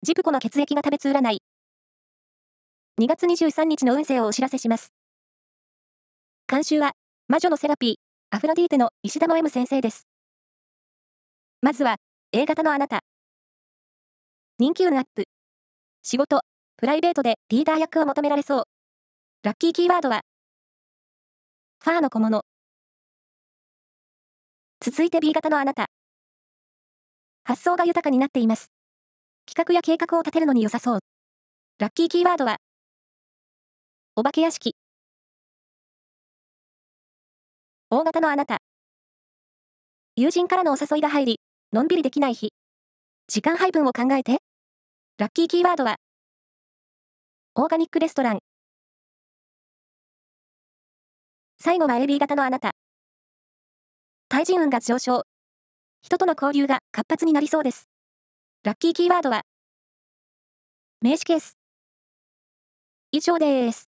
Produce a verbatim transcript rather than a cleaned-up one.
ジプコの血液が食べつ占い。にがつにじゅうさんにちの運勢をお知らせします。監修は、魔女のセラピー、アフロディーテの石田の M 先生です。まずは、A 型のあなた。人気運アップ。仕事、プライベートでリーダー役を求められそう。ラッキーキーワードは、ファーの小物。続いて B 型のあなた。発想が豊かになっています。企画や計画を立てるのに良さそう。ラッキーキーワードは、お化け屋敷。O 型のあなた。友人からのお誘いが入り、のんびりできない日。時間配分を考えて。ラッキーキーワードは、オーガニックレストラン。最後は エービー 型のあなた。対人運が上昇。人との交流が活発になりそうです。ラッキーキーワードは、名刺ケース。以上です。